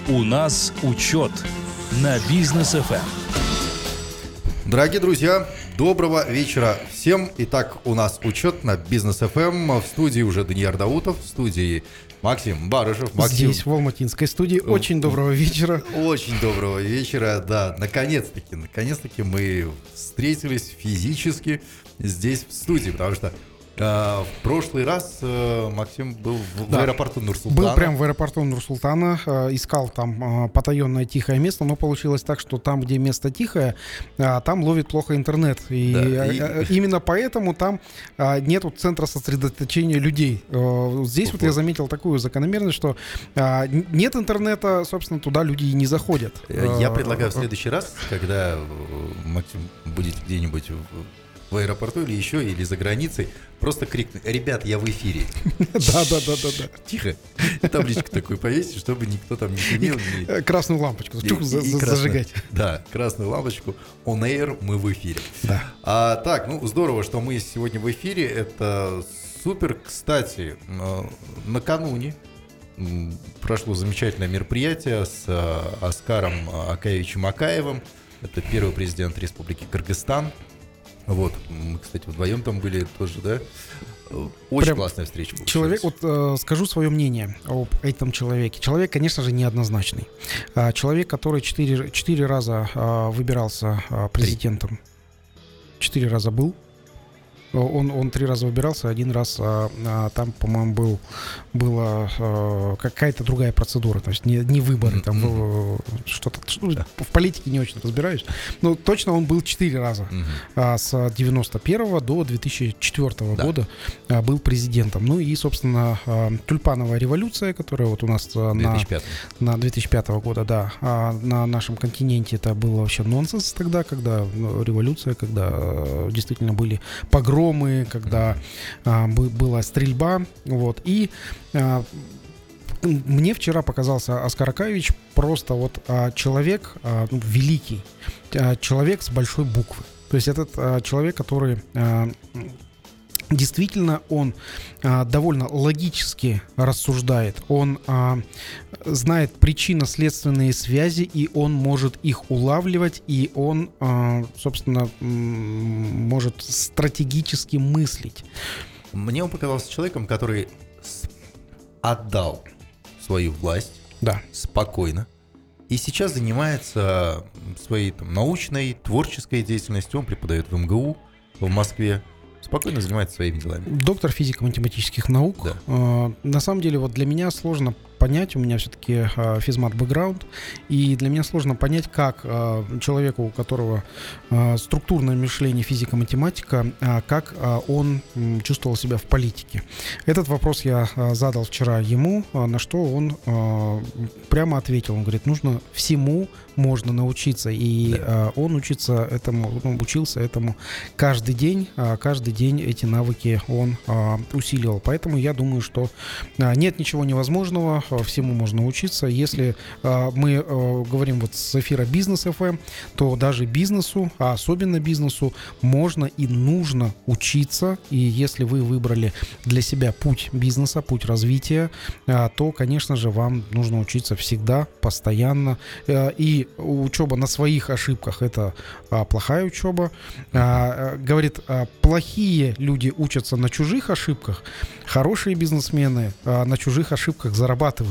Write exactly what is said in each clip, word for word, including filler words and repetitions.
У нас учет на Бизнес эф эм. Дорогие друзья, доброго вечера всем. Итак, у нас учет на Бизнес эф эм. В студии уже Даниил Даутов, в студии Максим Барышев. Максим. Здесь, в Алматинской студии. Очень доброго вечера. Очень доброго вечера, да. Наконец-таки, наконец-таки мы встретились физически здесь, в студии, потому что Uh, в прошлый раз uh, Максим был в, да. в аэропорту Нур-Султана. Был прямо в аэропорту Нур-Султана, uh, искал там uh, потаенное тихое место, но получилось так, что там, где место тихое, uh, там ловит плохо интернет. И, да, uh, и... именно поэтому там uh, нету центра сосредоточения людей. Uh, здесь uh-huh. вот я заметил такую закономерность, что uh, нет интернета, собственно, туда люди и не заходят. Я uh, предлагаю в следующий раз, когда Максим будет где-нибудь в в аэропорту или еще, или за границей, просто крикнуть: ребят, я в эфире. Да, да, да, да, да. Тихо. Табличку такую повесить, чтобы никто там не шумел. Красную лампочку зажигать. Да, красную лампочку. On air, мы в эфире. Да. А, так, ну здорово, что мы сегодня в эфире. Это супер. Кстати, накануне прошло замечательное мероприятие с Аскаром Акаевичем Акаевым. Это первый президент Республики Кыргызстан. Вот, мы, кстати, вдвоем там были тоже, да? Очень Прям классная встреча получилась. Человек, вот э, скажу свое мнение об этом человеке. Человек, конечно же, неоднозначный. А, человек, который четыре, четыре раза а, выбирался а, президентом. Четыре раза был. Он, он три раза выбирался, один раз а, а, там, по-моему, был, была а, какая-то другая процедура, то есть не, не выборы, там было что-то, ну, да. В политике не очень разбираюсь, но точно он был четыре раза, mm-hmm. а, с девяносто первого до две тысячи четвёртого да. года а, был президентом. Ну и, собственно, а, тюльпановая революция, которая вот у нас а, на, на две тысячи пятого года, да, а на нашем континенте это был вообще нонсенс тогда, когда ну, революция, когда а, действительно были погромы, когда а, была стрельба, вот, и а, мне вчера показался Аскар Акаевич просто вот а, человек а, ну, великий, а, человек с большой буквы, то есть этот а, человек, который а, действительно он а, довольно логически рассуждает, он а, знает причинно-следственные связи, и он может их улавливать, и он, а, собственно, м- может стратегически мыслить. Мне он показался человеком, который отдал свою власть да. спокойно, и сейчас занимается своей там, научной, творческой деятельностью. Он преподает в эм гэ у в Москве. Спокойно занимается своими делами. Доктор физико-математических наук. Да. Э, на самом деле, вот для меня сложно понять, у меня все-таки э, физмат-бэкграунд, и для меня сложно понять, как э, человеку, у которого э, структурное мышление физика-математика, э, как э, он э, чувствовал себя в политике. Этот вопрос я э, задал вчера ему, э, на что он э, прямо ответил. Он говорит, нужно всему можно научиться, и да. э, он учится этому, ну, учился этому каждый день, э, каждый день эти навыки он э, усиливал. Поэтому я думаю, что э, нет ничего невозможного, всему можно учиться. Если э, мы э, говорим вот с эфира Бизнес эф эм, то даже бизнесу, а особенно бизнесу, можно и нужно учиться. И если вы выбрали для себя путь бизнеса, путь развития, э, то, конечно же, вам нужно учиться всегда, постоянно. Э, и учеба на своих ошибках — это э, плохая учеба. Э, говорит, э, плохие люди учатся на чужих ошибках, хорошие бизнесмены э, на чужих ошибках зарабатывают.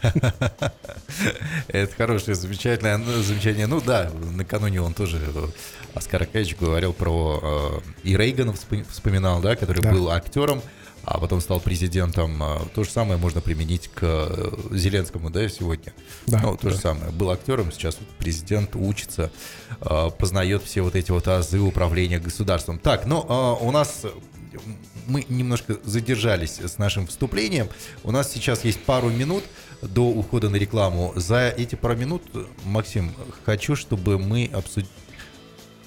Это хорошее, замечательное замечание. Ну да, накануне он тоже, Аскар Акаевич, говорил про и Рейгана вспоминал, да, который да. был актером, а потом стал президентом. То же самое можно применить к Зеленскому, да, сегодня. Да, ну, то да. же самое. Был актером, сейчас президент учится, познает все вот эти вот азы управления государством. Так, ну, у нас... Мы немножко задержались с нашим вступлением. У нас сейчас есть пару минут до ухода на рекламу. За эти пару минут, Максим, хочу, чтобы мы обсудили,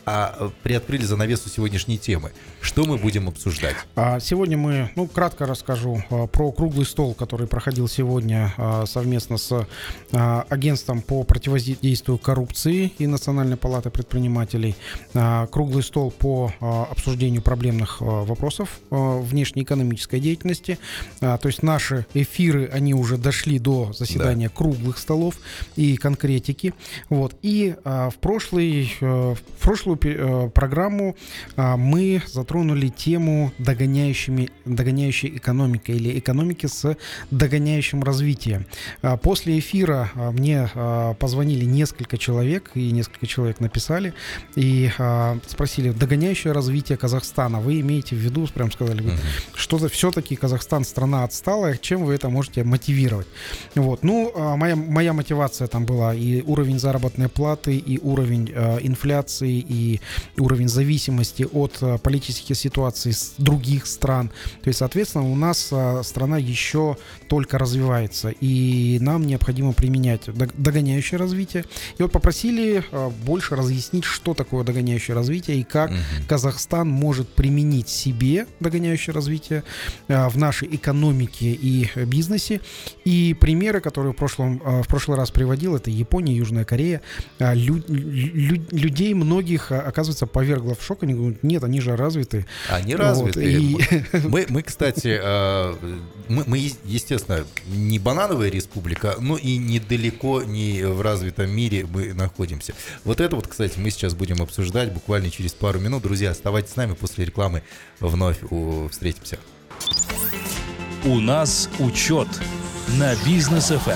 а приоткрыли занавесу сегодняшней темы. Что мы будем обсуждать? Сегодня мы, ну, кратко расскажу про круглый стол, который проходил сегодня совместно с агентством по противодействию коррупции и Национальной палатой предпринимателей. Круглый стол по обсуждению проблемных вопросов внешнеэкономической деятельности. То есть наши эфиры, они уже дошли до заседания да. круглых столов и конкретики. Вот. И в, прошлый, в прошлую программу мы затронули тему догоняющими, догоняющей экономикой или экономики с догоняющим развитием. После эфира мне позвонили несколько человек, и несколько человек написали, и спросили: догоняющее развитие Казахстана, вы имеете в виду, прям сказали, uh-huh. что-то все-таки Казахстан страна отсталая, чем вы это можете мотивировать? Вот. Ну, моя, моя мотивация там была и уровень заработной платы, и уровень э, инфляции, и уровень зависимости от э, политических ситуаций с других стран. То есть, соответственно, у нас э, страна еще только развивается, и нам необходимо применять догоняющее развитие. И вот попросили э, больше разъяснить, что такое догоняющее развитие и как uh-huh. Казахстан может применить себе догоняющее развитие э, в нашей экономике и бизнесе. И примеры, которые в прошлом, в прошлый раз приводил, это Япония, Южная Корея. Лю, лю, людей многих, оказывается, повергло в шок. Они говорят: нет, они же развиты. Они развиты. Вот, и... мы, мы, кстати, мы, мы, естественно, не банановая республика, но и недалеко не в развитом мире мы находимся. Вот это вот, кстати, мы сейчас будем обсуждать буквально через пару минут. Друзья, оставайтесь с нами, после рекламы вновь встретимся. У нас учет на Бизнес эф эм.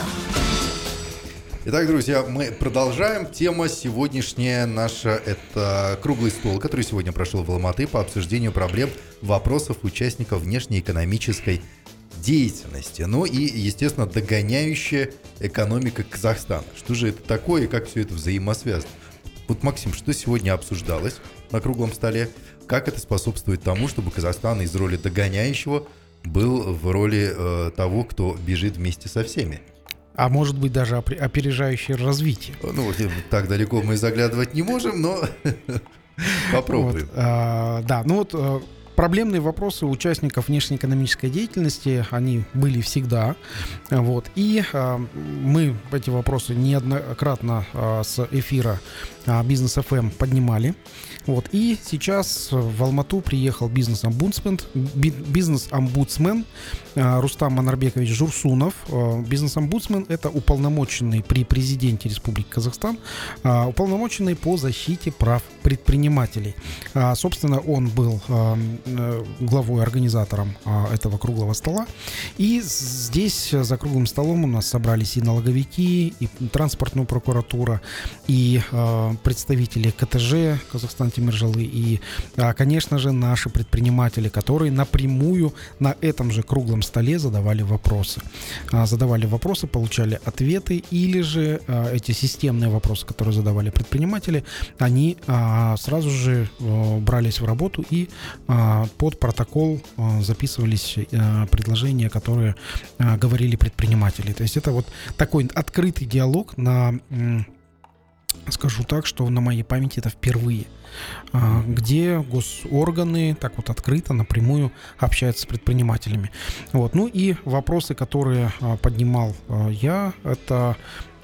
Итак, друзья, мы продолжаем. Тема сегодняшняя наша – это круглый стол, который сегодня прошел в Алматы по обсуждению проблем, вопросов участников внешнеэкономической деятельности. Ну и, естественно, догоняющая экономика Казахстана. Что же это такое и как все это взаимосвязано? Вот, Максим, что сегодня обсуждалось на круглом столе? Как это способствует тому, чтобы Казахстан из роли догоняющего был в роли э, того, кто бежит вместе со всеми? А может быть, даже опережающее развитие. Ну, так далеко мы заглядывать не можем, но попробуем. Вот, а, да, ну вот проблемные вопросы участников внешнеэкономической деятельности, они были всегда. Вот, и а, мы эти вопросы неоднократно а, с эфира а, Бизнес эф эм поднимали. Вот, и сейчас в Алмату приехал бизнес-омбудсмен, бизнес-омбудсмен Рустам Манарбекович Журсунов. Бизнес-омбудсмен — это уполномоченный при президенте Республики Казахстан, уполномоченный по защите прав предпринимателей. Собственно, он был главой, организатором этого круглого стола. И здесь за круглым столом у нас собрались и налоговики, и транспортная прокуратура, и представители ка тэ жэ, Казахстан Темиржалы, и, конечно же, наши предприниматели, которые напрямую на этом же круглом столе задавали вопросы. Задавали вопросы, получали ответы, или же эти системные вопросы, которые задавали предприниматели, они сразу же брались в работу и под протокол записывались предложения, которые говорили предприниматели. То есть это вот такой открытый диалог на... Скажу так, что на моей памяти это впервые, где госорганы так вот открыто, напрямую общаются с предпринимателями. Вот. Ну и вопросы, которые поднимал я, это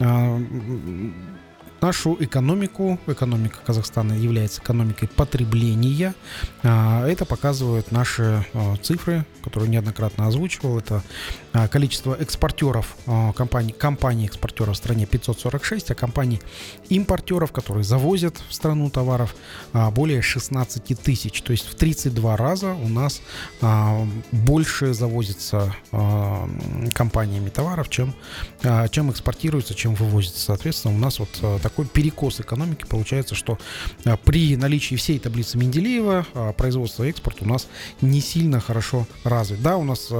нашу экономику. Экономика Казахстана является экономикой потребления. Это показывают наши цифры, которые неоднократно озвучивал. Это количество экспортеров, компаний, компаний-экспортеров в стране пятьсот сорок шесть, а компаний-импортеров, которые завозят в страну товаров, более шестнадцать тысяч. То есть в тридцать два раза у нас больше завозится компаниями товаров, чем, чем экспортируется, чем вывозится. Соответственно, у нас вот такой перекос экономики получается, что при наличии всей таблицы Менделеева производство и экспорт у нас не сильно хорошо развит. Да, у нас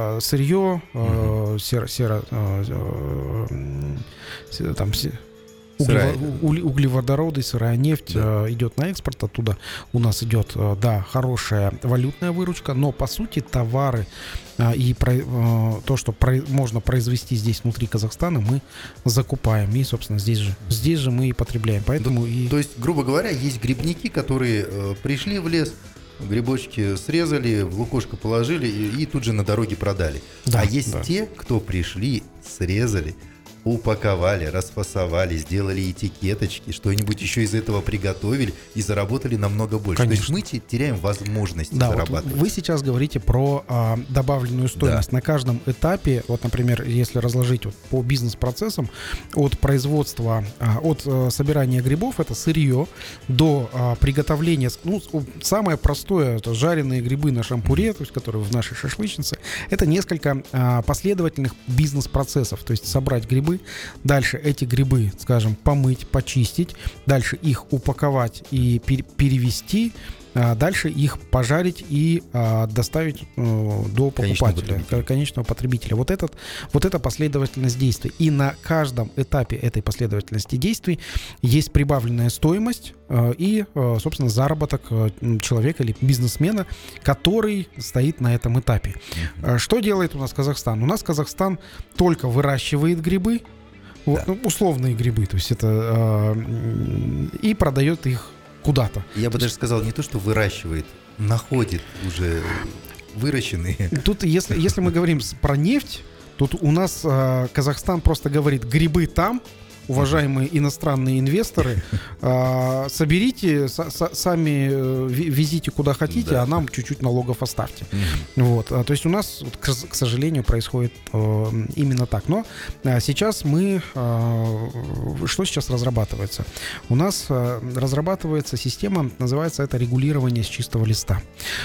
сырье, uh-huh. серо, серо, там, Углево- угле- углеводороды, сырая нефть Да. э, идет на экспорт, оттуда у нас идет, э, да, хорошая валютная выручка, но по сути товары э, и про- э, то, что про- можно произвести здесь внутри Казахстана, мы закупаем и, собственно, здесь же, здесь же мы и потребляем, поэтому и... То есть, грубо говоря, есть грибники, которые э, пришли в лес, грибочки срезали, в лукошко положили и, и тут же на дороге продали. Да, а есть да. те, кто пришли, срезали, упаковали, расфасовали, сделали этикеточки, что-нибудь еще из этого приготовили и заработали намного больше. Конечно. То есть мы те- теряем возможность Да, вот зарабатывать. вы сейчас говорите про а, добавленную стоимость. На каждом этапе, вот, например, если разложить вот по бизнес-процессам, от производства, а, от а, собирания грибов, это сырье, до а, приготовления, ну, с- самое простое, это жареные грибы на шампуре, то есть, которые в нашей шашлычнице, это несколько а, последовательных бизнес-процессов, то есть собрать грибы, дальше эти грибы, скажем, помыть, почистить, дальше их упаковать и пер- перевести, а дальше их пожарить и а, доставить э, до Конечного покупателя, потребителя. к- конечного потребителя. Вот, этот, вот эта последовательность действий. И на каждом этапе этой последовательности действий есть прибавленная стоимость э, и, э, собственно, заработок э, человека или бизнесмена, который стоит на этом этапе. Э, Что делает у нас Казахстан? У нас Казахстан только выращивает грибы, вот, Да. ну, условные грибы, то есть это э, м, и продает их куда-то. Я бы даже сказал, не то, что выращивает, находит уже выращенные. Тут, если, если мы говорим с- про нефть, тут у нас э, Казахстан просто говорит: грибы там, уважаемые иностранные инвесторы, э, соберите, са- са- сами э, ви- везите куда хотите, Да. а нам чуть-чуть налогов оставьте. Мгм. Вот, а, то есть у нас, вот, к, с- к сожалению, происходит э, именно так. Но а, сейчас мы, э, что сейчас разрабатывается? У нас э, разрабатывается система, называется это регулирование с чистого листа.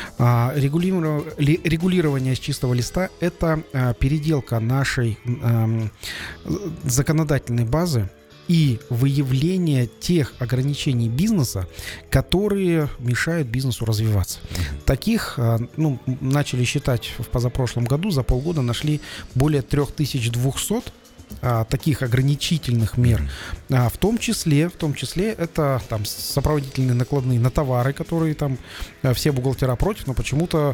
А, регулиров- ли- регулирование с чистого листа — это а, переделка нашей эм, законодательной базы и выявление тех ограничений бизнеса, которые мешают бизнесу развиваться. Таких, а, ну, начали считать в позапрошлом году, за полгода нашли более три тысячи двести а, таких ограничительных мер. А, в том числе, в том числе это там сопроводительные накладные на товары, которые там а, все бухгалтера против, но почему-то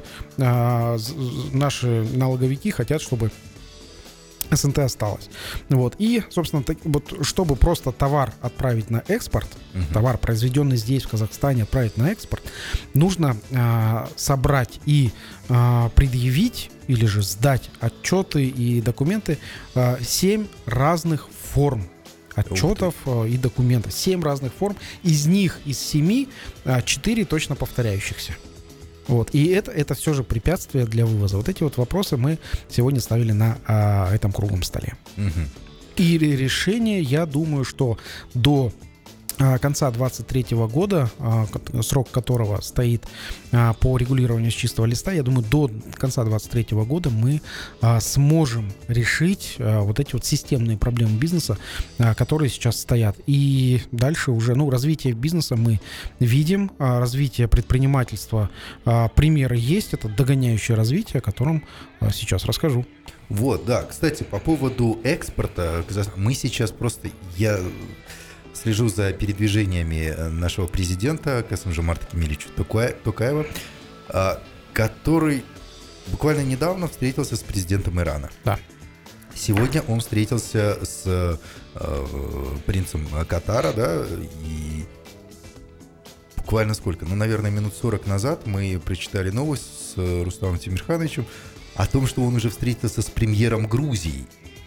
а, з- з- наши налоговики хотят, чтобы СНТ осталось. Вот. И, собственно, так, вот, чтобы просто товар отправить на экспорт, Мгм. товар, произведенный здесь, в Казахстане, отправить на экспорт, нужно а, собрать и а, предъявить или же сдать отчеты и документы а, семь разных форм отчетов а, и документов. Семь разных форм. Из них, из семи, а, четыре точно повторяющихся. Вот. И это, это все же препятствие для вывоза. Вот эти вот вопросы мы сегодня ставили на а, этом круглом столе. Мгм. И ре- решение, я думаю, что до а, конца двадцать третьего года, а, ко- срок которого стоит а, по регулированию с чистого листа, я думаю, до конца двадцать третьего года мы а, сможем решить а, вот эти вот системные проблемы бизнеса, а, которые сейчас стоят. И дальше уже, ну, развитие бизнеса мы видим, а, развитие предпринимательства, а, примеры есть, это догоняющее развитие, о котором а, сейчас расскажу. Вот, да. Кстати, по поводу экспорта, Казах- мы сейчас просто, я слежу за передвижениями нашего президента Касым-Жомарта Кемелевича Токаe- Токаева, а, который буквально недавно встретился с президентом Ирана. Да. Сегодня он встретился с э, принцем Катара, да, и буквально сколько? Ну, наверное, минут сорок назад мы прочитали новость с Рустамом Тимирхановичем о том, что он уже встретился с премьером Грузии.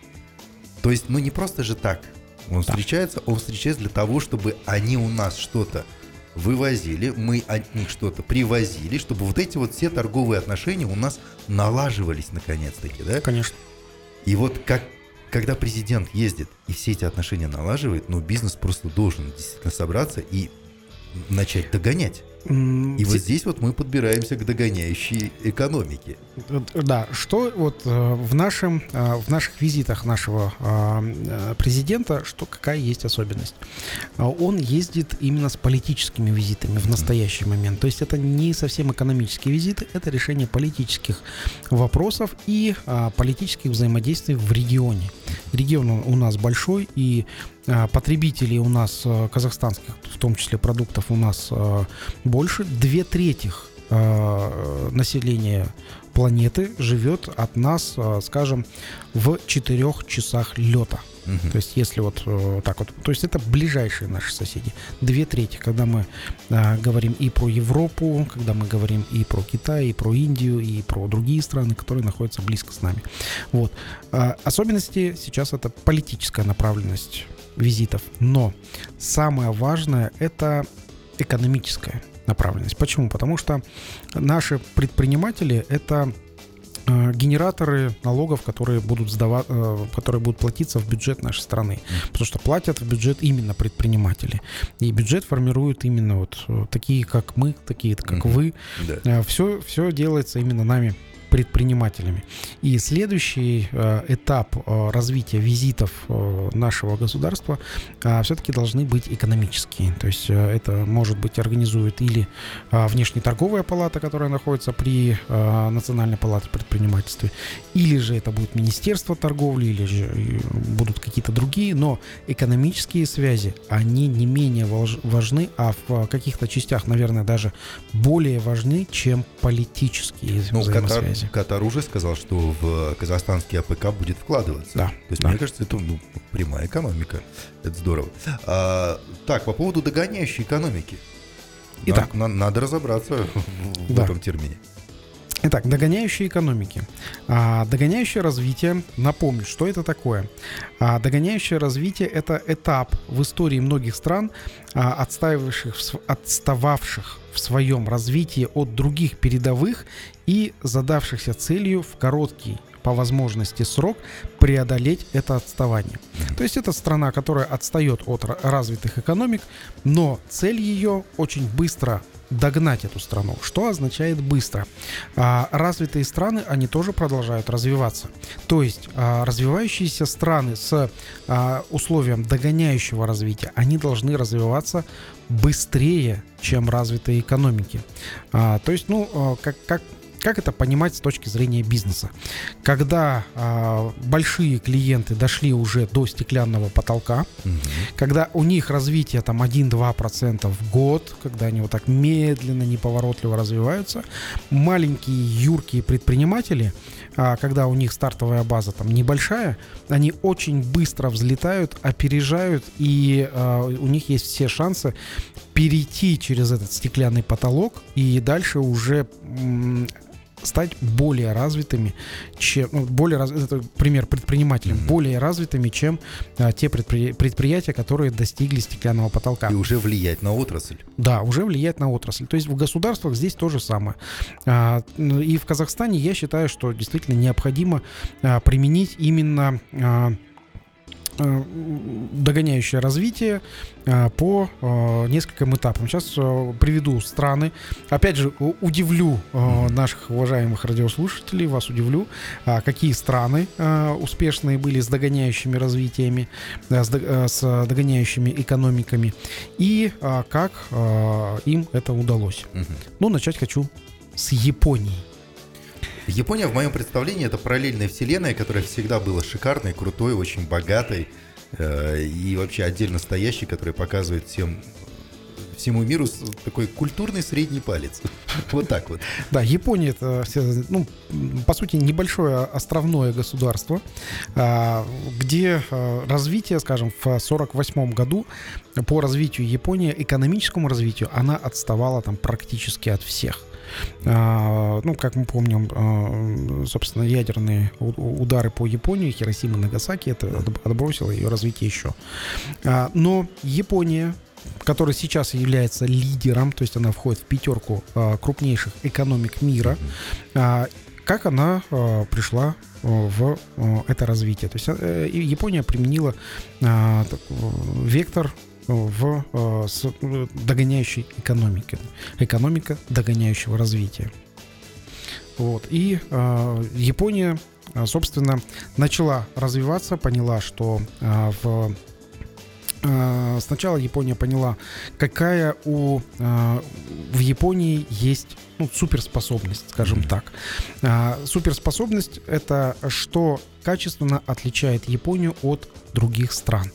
То есть, ну, не просто же так он встречается, он встречается для того, чтобы они у нас что-то вывозили, мы от них что-то привозили, чтобы вот эти вот все торговые отношения у нас налаживались наконец-таки, да? Конечно. И вот как, когда президент ездит и все эти отношения налаживает, ну, бизнес просто должен действительно собраться и начать догонять. И вот здесь вот мы подбираемся к догоняющей экономике. Да, что вот в, нашем, в наших визитах нашего президента, что какая есть особенность? Он ездит именно с политическими визитами в настоящий момент. То есть это не совсем экономические визиты, это решение политических вопросов и политических взаимодействий в регионе. Регион у нас большой, и потребителей у нас казахстанских, в том числе продуктов, у нас больше. Две трети населения планеты живет от нас, скажем, в четырех часах лета. Uh-huh. То есть, если вот так вот, то есть это ближайшие наши соседи. Две трети, когда мы а, говорим и про Европу, когда мы говорим и про Китай, и про Индию, и про другие страны, которые находятся близко с нами. Вот. А, особенности сейчас это политическая направленность визитов, но самое важное это экономическая направленность. Почему? Потому что наши предприниматели это генераторы налогов, которые будут сдавать, которые будут платиться в бюджет нашей страны, потому что платят в бюджет именно предприниматели, и бюджет формируют именно вот такие, как мы, такие, как вы. Да. Все, все делается именно нами, предпринимателями. И следующий э, этап э, развития визитов э, нашего государства э, все-таки должны быть экономические. То есть э, это, может быть, организует или э, внешнеторговая палата, которая находится при э, Национальной палате предпринимательства, или же это будет Министерство торговли, или же э, будут какие-то другие, но экономические связи, они не менее важны, а в каких-то частях, наверное, даже более важны, чем политические ну, взаимосвязи. Катар уже сказал, что в казахстанский АПК будет вкладываться. Да, То есть, да. мне кажется, это ну, прямая экономика. Это здорово. А, так, по поводу догоняющей экономики. Итак, надо, надо разобраться в, да. в этом термине. Итак, догоняющие экономики. А, догоняющее развитие, напомню, что это такое. А, догоняющее развитие – это этап в истории многих стран, а, отстаивавших, отстававших в своем развитии от других передовых и задавшихся целью в короткий, по возможности, срок преодолеть это отставание. То есть это страна, которая отстает от развитых экономик, но цель ее очень быстро догнать эту страну. Что означает быстро? А, развитые страны, они тоже продолжают развиваться. То есть а, развивающиеся страны с а, условием догоняющего развития, они должны развиваться быстрее, чем развитые экономики. А, то есть, ну, а, как, как Как это понимать с точки зрения бизнеса? Когда а, большие клиенты дошли уже до стеклянного потолка, угу. когда у них развитие там один-два процента в год, когда они вот так медленно, неповоротливо развиваются, маленькие юркие предприниматели, а, когда у них стартовая база там небольшая, они очень быстро взлетают, опережают, и а, у них есть все шансы перейти через этот стеклянный потолок и дальше уже м- стать более развитыми, чем ну, более раз, это пример предпринимателям, mm-hmm. более развитыми, чем а, те предпри, предприятия, которые достигли стеклянного потолка. И уже влиять на отрасль. Да, уже влиять на отрасль. То есть в государствах здесь то же самое. А, и в Казахстане я считаю, что действительно необходимо а, применить именно а, догоняющее развитие а, по а, нескольким этапам. Сейчас а, приведу страны. Опять же, удивлю а, наших уважаемых радиослушателей, вас удивлю, а, какие страны а, успешные были с догоняющими развитиями, а, с, а, с догоняющими экономиками и а, как а, им это удалось. Угу. Ну, начать хочу с Японии. Япония, в моем представлении, это параллельная вселенная, которая всегда была шикарной, крутой, очень богатой э, и вообще отдельно стоящей, которая показывает всем, всему миру такой культурный средний палец. Вот так вот. Да, Япония это, ну, по сути, небольшое островное государство, где развитие, скажем, в сорок восьмом году по развитию Японии, экономическому развитию, она отставала там практически от всех. А, ну, как мы помним, а, собственно, ядерные удары по Японии, Хиросима и Нагасаки, это отбросило ее развитие еще. А, но Япония, которая сейчас является лидером, то есть она входит в пятерку а, крупнейших экономик мира, а, как она а, пришла в а, это развитие. То есть а, Япония применила а, так, вектор в э, с, э, догоняющей экономике. Экономика догоняющего развития. Вот. И э, Япония, собственно, начала развиваться, поняла, что э, в э, сначала Япония поняла, какая у э, в Японии есть, ну, суперспособность, скажем так. Э, суперспособность — это что качественно отличает Японию от других стран.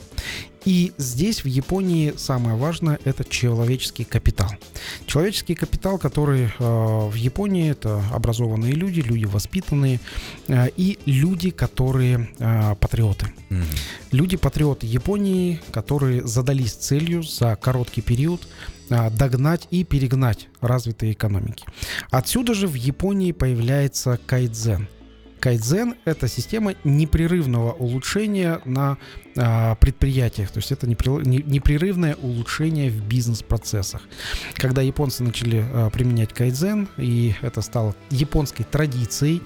И здесь, в Японии, самое важное — это человеческий капитал. Человеческий капитал, который э, в Японии — это образованные люди, люди воспитанные э, и люди, которые э, патриоты. Mm-hmm. Люди-патриоты Японии, которые задались целью за короткий период э, догнать и перегнать развитые экономики. Отсюда же в Японии появляется кайдзен. Кайдзен — это система непрерывного улучшения на а, предприятиях, то есть это непрерывное улучшение в бизнес-процессах. Когда японцы начали а, применять кайдзен, и это стало японской традицией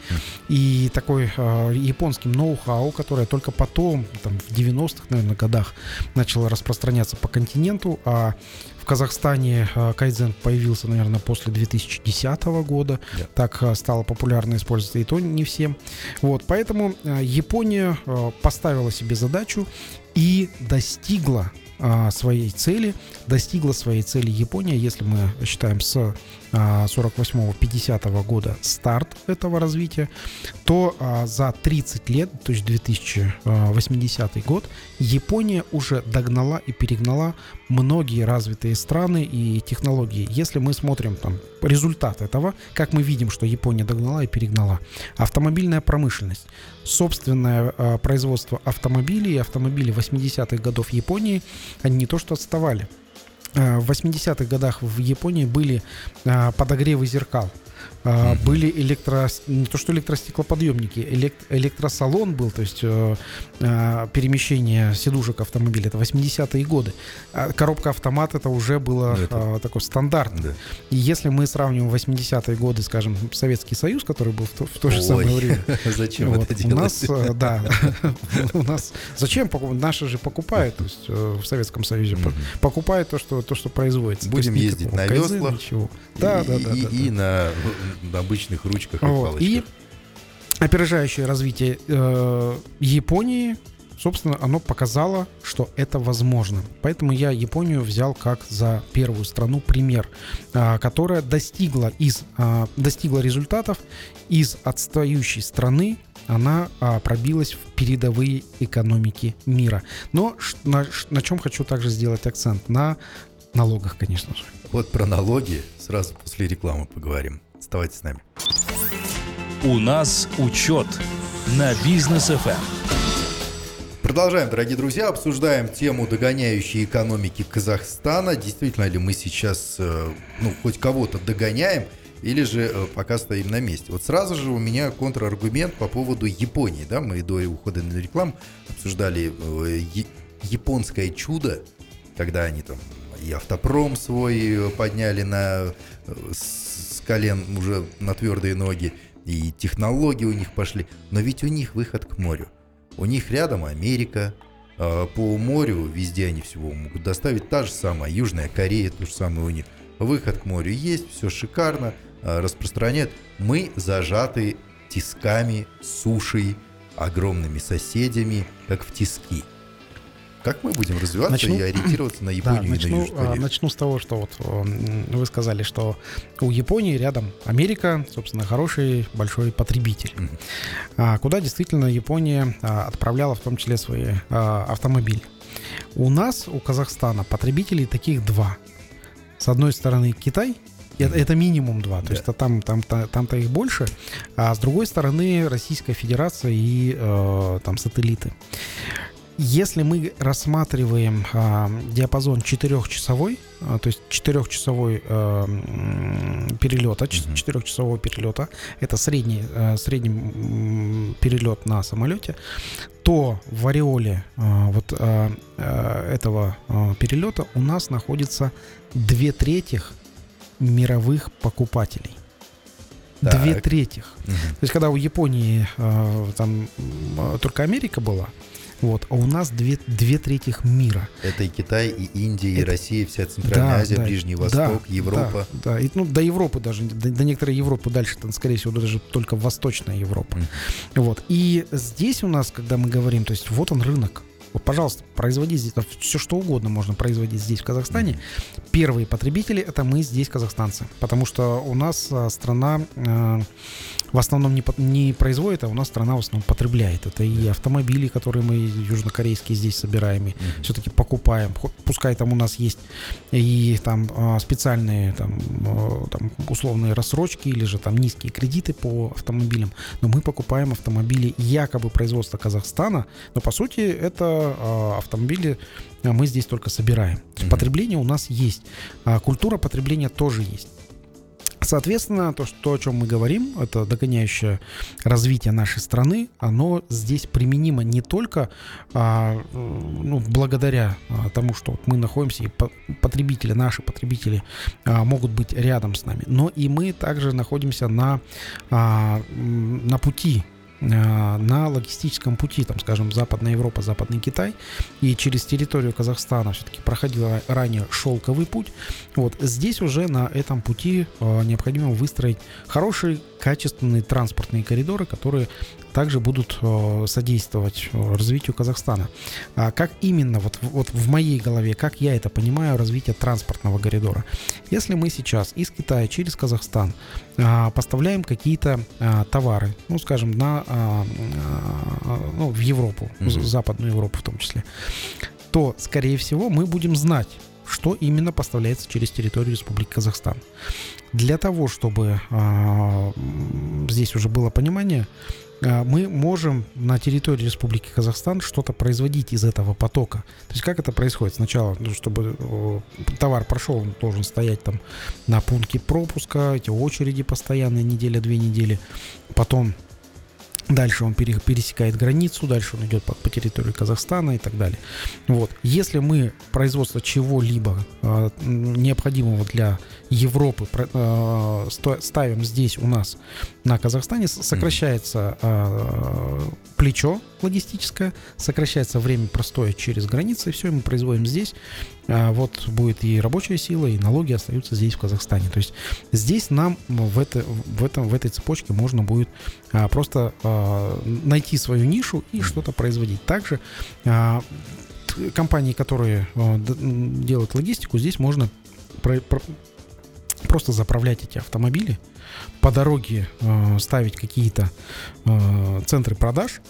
и такой а, японским ноу-хау, которое только потом, там, в девяностых, наверное, годах начало распространяться по континенту, а в Казахстане кайдзен появился, наверное, после две тысячи десятого года. Yeah. Так стало популярно использоваться, и то не всем. Вот, поэтому Япония поставила себе задачу и достигла своей цели. Достигла своей цели Япония, если мы считаем с сорок восьмого — пятидесятого года старт этого развития, то за тридцать лет, то есть две тысячи восьмидесятый год, Япония уже догнала и перегнала многие развитые страны и технологии. Если мы смотрим там результат этого, как мы видим, что Япония догнала и перегнала. Автомобильная промышленность. Собственное э, производство автомобилей и автомобили восьмидесятых годов Японии, они не то что отставали. Э, в восьмидесятых годах в Японии были э, подогревы зеркал. Uh, были электро... не то что электростеклоподъемники, элект... электросалон был, то есть э, э, перемещение сидушек автомобиля. Это восьмидесятые годы. А коробка автомат — это уже было это... э, такой стандарт. Да. И если мы сравниваем восьмидесятые годы, скажем, Советский Союз, который был в то, в то же Ой, самое время. Зачем вот, это делать? У нас, да, у нас зачем наши же покупают, то есть в Советском Союзе покупают то, что то, что производится. Будем ездить на веслах. Да, да, да. И на на обычных ручках и вот. палочках. И опережающее развитие э, Японии, собственно, оно показало, что это возможно. Поэтому я Японию взял как за первую страну пример, э, которая достигла, из, э, достигла результатов из отстающей страны. Она а, пробилась в передовые экономики мира. Но на, на чем хочу также сделать акцент? На налогах, конечно же. Вот про налоги сразу после рекламы поговорим. Оставайтесь с нами. У нас учет на Бизнес эф эм. Продолжаем, дорогие друзья, обсуждаем тему догоняющей экономики Казахстана. Действительно ли мы сейчас, ну, хоть кого-то догоняем, или же пока стоим на месте? Вот сразу же у меня контраргумент по поводу Японии. Да? Мы до ухода на рекламу обсуждали японское чудо, когда они там и автопром свой подняли на, с колен уже на твердые ноги, и технологии у них пошли. Но ведь у них выход к морю. У них рядом Америка, по морю везде они всего могут доставить. Та же самая Южная Корея, то же самое у них. Выход к морю есть, все шикарно, распространяют. Мы зажаты тисками, сушей, огромными соседями, как в тиски. Как мы будем развиваться начну, и ориентироваться на Японию, да, начну, и на Южную Корею? Начну с того, что вот вы сказали, что у Японии рядом Америка, собственно, хороший большой потребитель. Mm-hmm. Куда действительно Япония отправляла в том числе свои автомобили. У нас, у Казахстана, потребителей таких два. С одной стороны Китай, mm-hmm. это минимум два, то yeah. есть там, там, там, там-то их больше, а с другой стороны Российская Федерация и э, там сателлиты. Если мы рассматриваем а, диапазон четырехчасовой, а, то есть четырехчасовой а, перелета, mm-hmm. четырехчасового перелета, это средний, а, средний перелет на самолете, то в ореоле а, вот, а, а, этого а, перелета у нас находится две трети мировых покупателей. Так. Две трети. Mm-hmm. То есть когда у Японии а, там только Америка была, Вот. А у нас две, две трети мира. Это и Китай, и Индия, и Это... Россия, вся Центральная да, Азия, да, Ближний Восток, да, Европа. Да, да. И, ну, до Европы даже, до, до некоторой Европы дальше, там, скорее всего, даже только Восточная Европа. Mm. Вот. И здесь у нас, когда мы говорим, то есть вот он рынок. Вот, пожалуйста, производить здесь, все что угодно можно производить здесь, в Казахстане. Первые потребители — это мы здесь, казахстанцы. Потому что у нас страна э, в основном не, не производит, а у нас страна в основном потребляет. Это и автомобили, которые мы южнокорейские здесь собираем, и mm-hmm. все-таки покупаем. Пускай там у нас есть и там специальные там, там, условные рассрочки или же там низкие кредиты по автомобилям, но мы покупаем автомобили якобы производства Казахстана, но по сути это автомобили мы здесь только собираем. То есть mm-hmm. потребление у нас есть. А культура потребления тоже есть. Соответственно, то, что, о чем мы говорим, это догоняющее развитие нашей страны, оно здесь применимо не только а, ну, благодаря а, тому, что мы находимся, и потребители, наши потребители а, могут быть рядом с нами, но и мы также находимся на, а, на пути, на логистическом пути, там, скажем, Западная Европа, Западный Китай, и через территорию Казахстана все-таки проходил ранее шелковый путь. Вот здесь уже на этом пути э, необходимо выстроить хорошие, качественные транспортные коридоры, которые также будут э, содействовать э, развитию Казахстана. А как именно, вот, вот в моей голове, как я это понимаю, развитие транспортного коридора? Если мы сейчас из Китая через Казахстан э, поставляем какие-то э, товары, ну, скажем, на, э, э, ну, в Европу, mm-hmm. Западную Европу в том числе, то, скорее всего, мы будем знать, что именно поставляется через территорию Республики Казахстан. Для того, чтобы э, здесь уже было понимание, э, мы можем на территории Республики Казахстан что-то производить из этого потока. То есть как это происходит? Сначала, ну, чтобы э, товар прошел, он должен стоять там на пункте пропуска, эти очереди постоянные, неделя-две недели. Потом дальше он пересекает границу, дальше он идет по, по территории Казахстана и так далее. Вот. Если мы производство чего-либо э, необходимого для Европы э, ставим здесь у нас на Казахстане, сокращается э, плечо логистическое, сокращается время простоя через границы, и все, мы производим здесь. Э, вот будет и рабочая сила, и налоги остаются здесь, в Казахстане. То есть здесь нам в, это, в, этом, в этой цепочке можно будет э, просто э, найти свою нишу и что-то производить. Также э, компании, которые э, делают логистику, здесь можно про, про, просто заправлять эти автомобили, по дороге э, ставить какие-то э, центры продаж.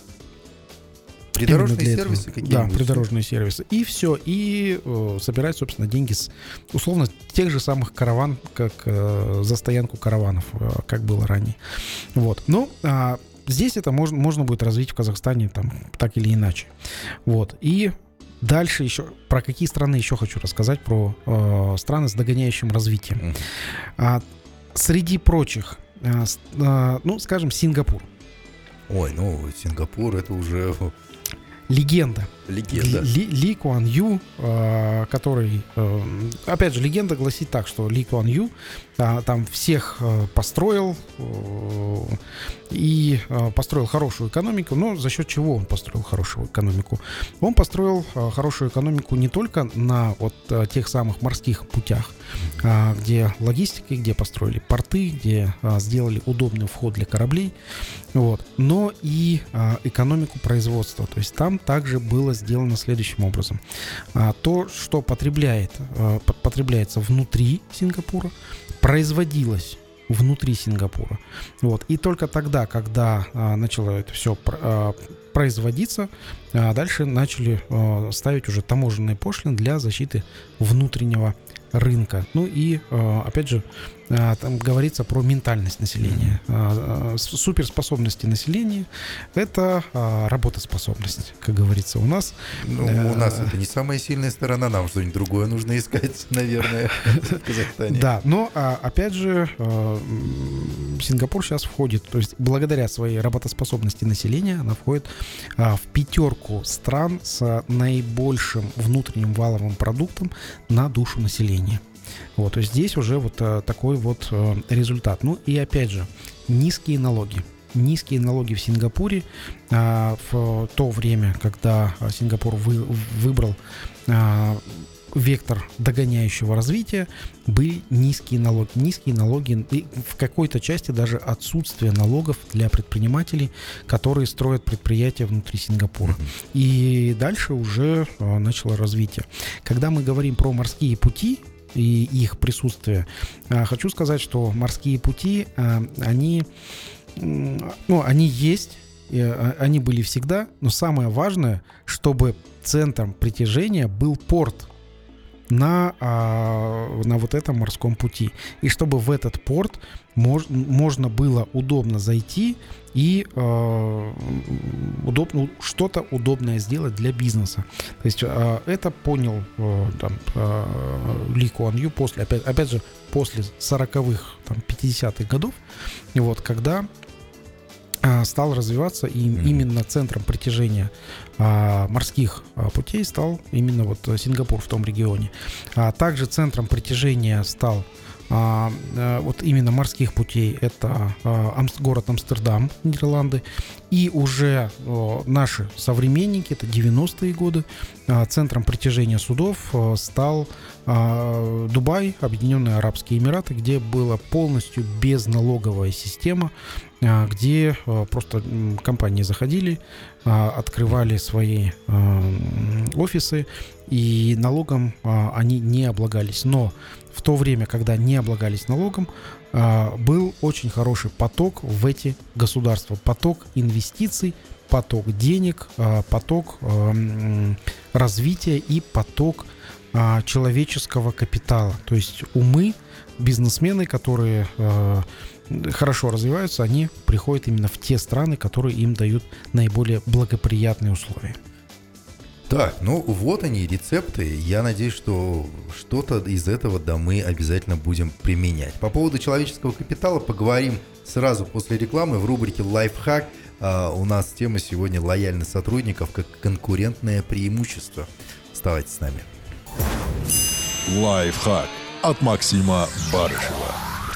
Придорожные сервисы какие-нибудь? Да, придорожные сервисы. И все. И э, собирать, собственно, деньги с, условно, тех же самых караван, как э, за стоянку караванов, э, как было ранее. Вот. Но э, здесь это можно, можно будет развить в Казахстане там, так или иначе. Вот. И дальше еще, про какие страны еще хочу рассказать, про э, страны с догоняющим развитием. Mm-hmm. А, среди прочих, э, э, ну, скажем, Сингапур. Ой, ну, Сингапур это уже... Легенда. Легенда. Ли, Ли Куан Ю, э, который... Э, опять же, легенда гласит так, что Ли Куан Ю э, там всех э, построил э, и э, построил хорошую экономику. Но за счет чего он построил хорошую экономику? Он построил э, хорошую экономику не только на вот э, тех самых морских путях, э, где логистика, где построили порты, где э, сделали удобный вход для кораблей, вот, но и э, экономику производства. То есть там также было сделано следующим образом. А, то, что потребляет, а, потребляется внутри Сингапура, производилось внутри Сингапура. Вот. И только тогда, когда а, начало это все а, производиться, а дальше начали а, ставить уже таможенные пошлины для защиты внутреннего рынка. Ну и, опять же, там говорится про ментальность населения. Суперспособности населения — это работоспособность, как говорится у нас. Ну, у нас это не самая сильная сторона, нам что-нибудь другое нужно искать, наверное, в Казахстане. Да, но, опять же, Сингапур сейчас входит, то есть благодаря своей работоспособности населения она входит в пятерку стран с наибольшим внутренним валовым продуктом на душу населения. Вот, то есть здесь уже вот а, такой вот а, результат. Ну и опять же, низкие налоги. низкие налоги в Сингапуре в то время, когда Сингапур вы, выбрал вектор догоняющего развития, были низкие налоги. Низкие налоги и в какой-то части даже отсутствие налогов для предпринимателей, которые строят предприятия внутри Сингапура. И дальше уже начало развитие. Когда мы говорим про морские пути и их присутствие, хочу сказать, что морские пути, они, ну, они есть, они были всегда, но самое важное, чтобы центром притяжения был порт на, на вот этом морском пути. И чтобы в этот порт мож, можно было удобно зайти и э, удобно, что-то удобное сделать для бизнеса. То есть э, это понял э, там, э, Ли Куан Ю после, опять, опять же, после сороковых, там, пятидесятых годов, вот, когда стал развиваться, и mm-hmm. именно центром притяжения а, морских а, путей стал именно вот Сингапур в том регионе. А также центром притяжения стал а, а, вот именно морских путей это а, Амс, город Амстердам, Нидерланды. И уже а, наши современники, это девяностые годы, а, центром притяжения судов а, стал а, Дубай, Объединенные Арабские Эмираты, где была полностью безналоговая система, где просто компании заходили, открывали свои офисы, и налогом они не облагались. Но в то время, когда не облагались налогом, был очень хороший поток в эти государства. Поток инвестиций, поток денег, поток развития и поток человеческого капитала. То есть умы, бизнесмены, которые хорошо развиваются, они приходят именно в те страны, которые им дают наиболее благоприятные условия. Так, ну вот они, рецепты. Я надеюсь, что что-то из этого, да, мы обязательно будем применять. По поводу человеческого капитала поговорим сразу после рекламы в рубрике «Лайфхак». А, у нас тема сегодня «Лояльность сотрудников как конкурентное преимущество». Оставайтесь с нами. Лайфхак от Максима Барышева.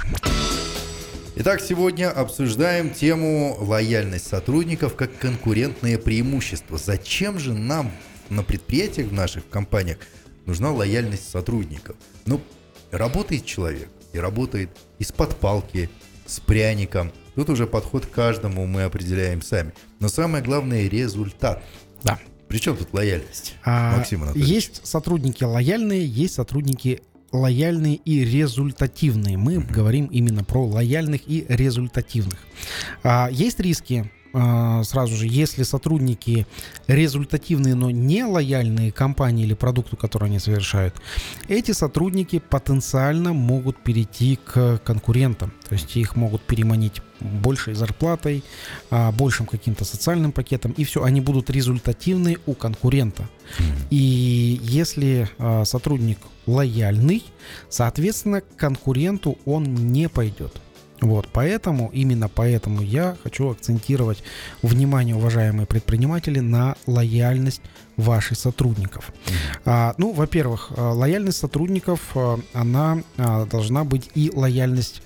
Итак, сегодня обсуждаем тему лояльность сотрудников как конкурентное преимущество. Зачем же нам на предприятиях в наших компаниях нужна лояльность сотрудников? Ну, работает человек и работает из-под палки, с пряником. Тут уже подход к каждому мы определяем сами. Но самое главное — результат. Да. При чем тут лояльность, а, Максим Анатольевич? Есть сотрудники лояльные, есть сотрудники лояльные и результативные. Мы uh-huh. говорим именно про лояльных и результативных. А, есть риски. А, сразу же, если сотрудники результативные, но не лояльные компании или продукту, который они совершают, эти сотрудники потенциально могут перейти к конкурентам. То есть их могут переманить большей зарплатой, а, большим каким-то социальным пакетом, и все, они будут результативны у конкурента. Mm-hmm. И если а, сотрудник лояльный, соответственно, к конкуренту он не пойдет. Вот, поэтому, именно поэтому я хочу акцентировать внимание, уважаемые предприниматели, на лояльность ваших сотрудников. Mm-hmm. А, ну, во-первых, лояльность сотрудников, она а, должна быть и лояльность,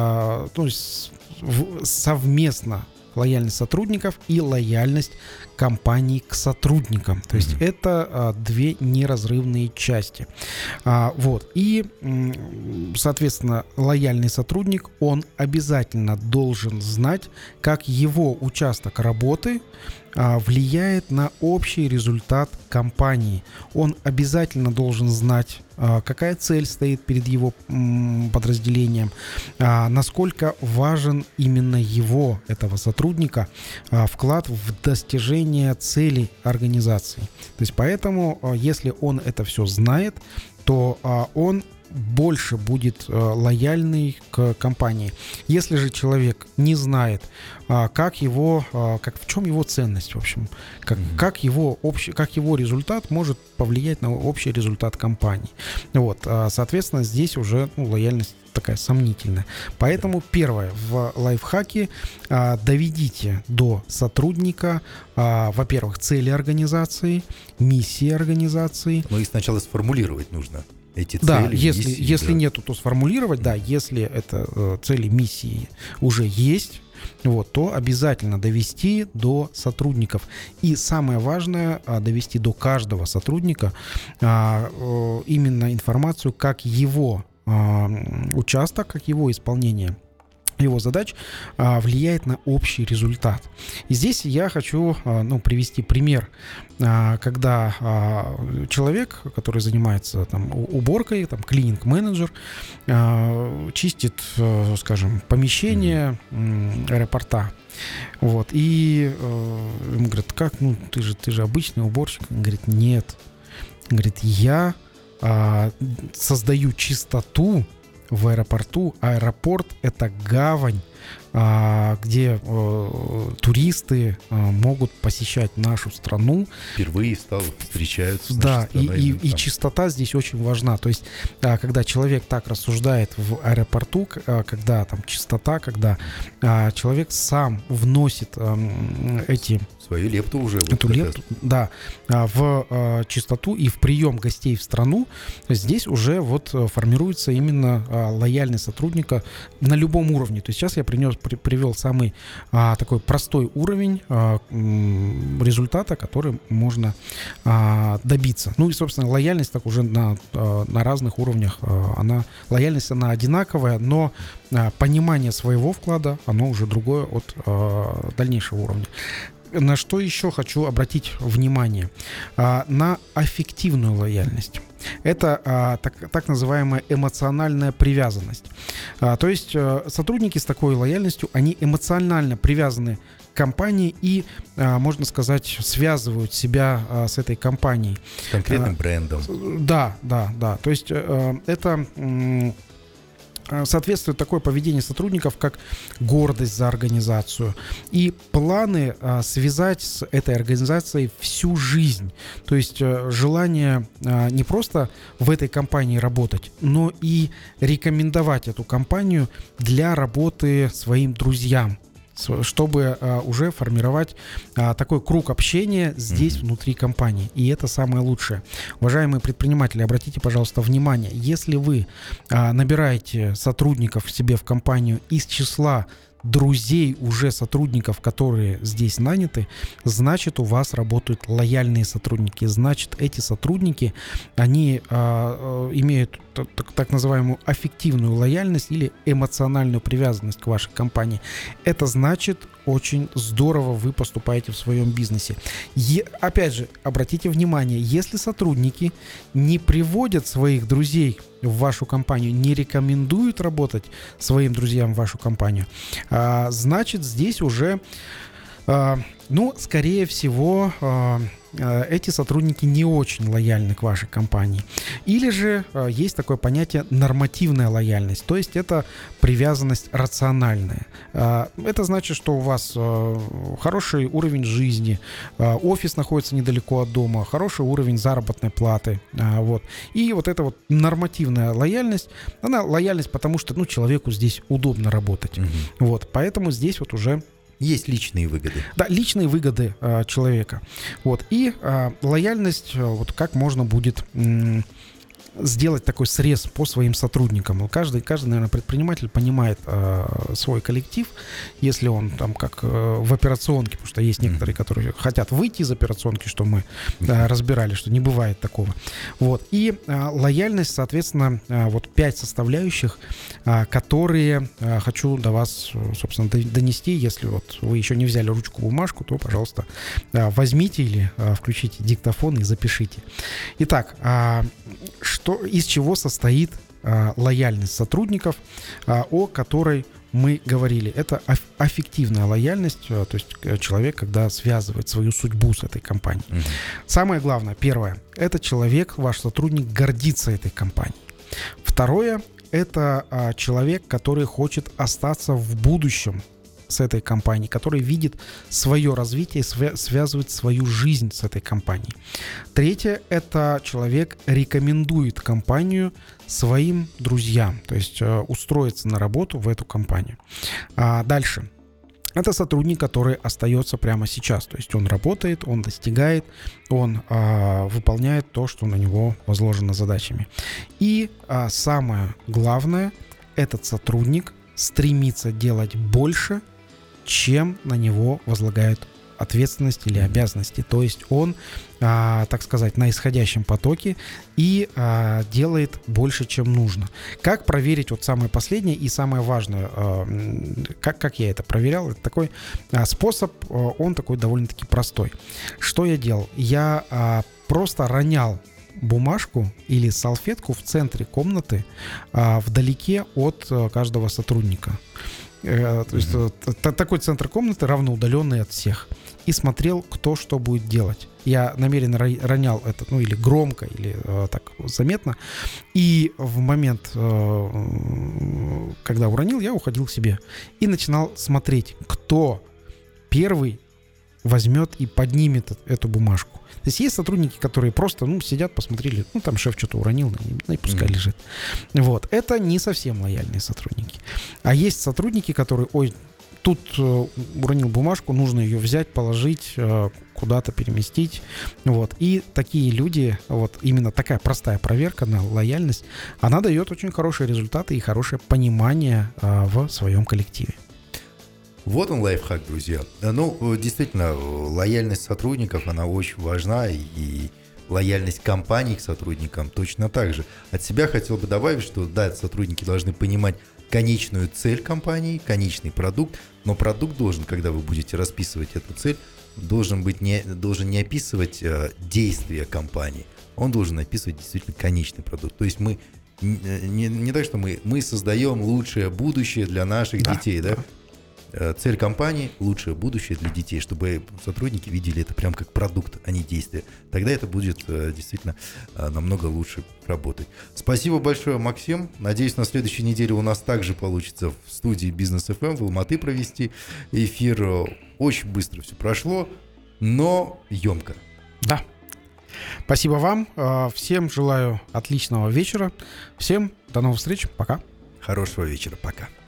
а, то есть в, совместно лояльность сотрудников и лояльность компании к сотрудникам. То есть mm-hmm. это а, две неразрывные части. А, вот. И, соответственно, лояльный сотрудник, он обязательно должен знать, как его участок работы а, влияет на общий результат компании. Он обязательно должен знать, а, какая цель стоит перед его м, подразделением, а, насколько важен именно его, этого сотрудника, а, вклад в достижение целей организации. То есть поэтому, если он это все знает, то он больше будет лояльный к компании. Если же человек не знает, как его, как, в чем его ценность, в общем, как, mm-hmm. как, его общий, как его результат может повлиять на общий результат компании. Вот, соответственно, здесь уже ну, лояльность такая сомнительная. Поэтому первое, в лайфхаке а, доведите до сотрудника, а, во-первых, цели организации, миссии организации. Ну и сначала сформулировать нужно эти цели. Да, если, миссии, если да. нету, то сформулировать, да, если это э, цели, миссии уже есть, вот, то обязательно довести до сотрудников. И самое важное, довести до каждого сотрудника именно информацию, как его участок, как его исполнение его задач а, влияет на общий результат. И здесь я хочу а, ну, привести пример, а, когда а, человек, который занимается там, уборкой, там, клининг-менеджер, а, чистит, а, скажем, помещение mm-hmm. аэропорта. Вот, и а, ему говорят, как, ну, ты же, ты же обычный уборщик. Он говорит, нет. Он говорит, я а, создаю чистоту в аэропорту. Аэропорт — это гавань, где э, туристы э, могут посещать нашу страну. Впервые стал, встречаются с да, нашей страной. И, и, и чистота здесь очень важна. То есть, э, когда человек так рассуждает в аэропорту, э, когда там чистота, когда э, человек сам вносит э, эти... свою лепту уже. Эту вот лепту, да, в э, чистоту и в прием гостей в страну, здесь уже вот формируется именно э, лояльность сотрудника на любом уровне. То есть сейчас я принес, при, привел самый э, такой простой уровень э, результата, который можно э, добиться. Ну и, собственно, лояльность так уже на, э, на разных уровнях, э, она, лояльность, она одинаковая, но э, понимание своего вклада, оно уже другое от э, дальнейшего уровня. На что еще хочу обратить внимание? А, на аффективную лояльность. Это а, так, так называемая эмоциональная привязанность. А, то есть а, сотрудники с такой лояльностью, они эмоционально привязаны к компании и, а, можно сказать, связывают себя а, с этой компанией. С конкретным а, брендом. Да, да, да. То есть а, это... М- соответствует такое поведение сотрудников, как гордость за организацию и планы а, связать с этой организацией всю жизнь. То есть а, желание а, не просто в этой компании работать, но и рекомендовать эту компанию для работы своим друзьям, чтобы а, уже формировать а, такой круг общения здесь, mm-hmm. внутри компании. И это самое лучшее. Уважаемые предприниматели, обратите, пожалуйста, внимание, если вы а, набираете сотрудников себе в компанию из числа друзей уже сотрудников, которые здесь наняты, значит, у вас работают лояльные сотрудники. Значит, эти сотрудники, они а, имеют так, так называемую аффективную лояльность или эмоциональную привязанность к вашей компании. Это значит, очень здорово вы поступаете в своем бизнесе. Е- опять же, обратите внимание, если сотрудники не приводят своих друзей в вашу компанию, не рекомендуют работать своим друзьям в вашу компанию, а, значит, здесь уже, а, ну, скорее всего, а, эти сотрудники не очень лояльны к вашей компании. Или же э, есть такое понятие нормативная лояльность, то есть это привязанность рациональная. Э, это значит, что у вас э, хороший уровень жизни, э, офис находится недалеко от дома, хороший уровень заработной платы. Э, вот. И вот эта вот нормативная лояльность, она лояльность, потому что ну, человеку здесь удобно работать. Угу. Вот. Поэтому здесь вот уже есть личные выгоды. Да, личные выгоды э, человека. Вот. И э, лояльность, э, вот как можно будет м- сделать такой срез по своим сотрудникам. Каждый, каждый, наверное, предприниматель понимает э, свой коллектив, если он там как э, в операционке, потому что есть некоторые, mm-hmm. которые хотят выйти из операционки, что мы э, разбирали, что не бывает такого. Вот. И э, лояльность, соответственно, э, вот пять составляющих, э, которые э, хочу до вас, собственно, донести. Если вот вы еще не взяли ручку, бумажку, то, пожалуйста, э, возьмите или э, включите диктофон и запишите. Итак, э, что Что, из чего состоит а, лояльность сотрудников, а, о которой мы говорили. Это аф- аффективная лояльность, а, то есть человек, когда связывает свою судьбу с этой компанией. Угу. Самое главное, первое, это человек, ваш сотрудник, гордится этой компанией. Второе, это а, человек, который хочет остаться в будущем с этой компанией, который видит свое развитие, свя- связывает свою жизнь с этой компанией. Третье – это человек рекомендует компанию своим друзьям, то есть э, устроиться на работу в эту компанию. А дальше. Это сотрудник, который остается прямо сейчас, то есть он работает, он достигает, он э, выполняет то, что на него возложено задачами. И э, самое главное, этот сотрудник стремится делать больше чем на него возлагают ответственность или обязанности. То есть он, а, так сказать, на исходящем потоке и а, делает больше, чем нужно. Как проверить вот самое последнее и самое важное? А, как, как я это проверял? Это такой а, способ, а, он такой довольно-таки простой. Что я делал? Я а, просто ронял бумажку или салфетку в центре комнаты, а, вдалеке от а, каждого сотрудника. То есть mm-hmm. такой центр комнаты равноудаленный от всех. И смотрел, кто что будет делать. Я намеренно ронял это, ну или громко, или э, так заметно. И в момент, э, когда уронил, я уходил к себе. И начинал смотреть, кто первый возьмет и поднимет эту бумажку. То есть есть сотрудники, которые просто, ну, сидят, посмотрели, ну, там шеф что-то уронил, ну, и пускай mm-hmm. лежит. Вот. Это не совсем лояльные сотрудники. А есть сотрудники, которые, ой, тут э, уронил бумажку, нужно ее взять, положить, э, куда-то переместить. Вот. И такие люди, вот именно такая простая проверка на лояльность, она дает очень хорошие результаты и хорошее понимание э, в своем коллективе. Вот он лайфхак, друзья. Ну, действительно, лояльность сотрудников, она очень важна, и лояльность компаний к сотрудникам точно так же. От себя хотел бы добавить, что да, сотрудники должны понимать конечную цель компании, конечный продукт, но продукт должен, когда вы будете расписывать эту цель, должен быть не, должен не описывать э, действия компании, он должен описывать действительно конечный продукт. То есть мы не, не так, что мы, мы создаем лучшее будущее для наших да, детей, да? да? Цель компании – лучшее будущее для детей, чтобы сотрудники видели это прям как продукт, а не действие. Тогда это будет действительно намного лучше работать. Спасибо большое, Максим. Надеюсь, на следующей неделе у нас также получится в студии Бизнес эф эм в Алматы провести эфир. Очень быстро все прошло, но емко. Да. Спасибо вам. Всем желаю отличного вечера. Всем до новых встреч. Пока. Хорошего вечера. Пока.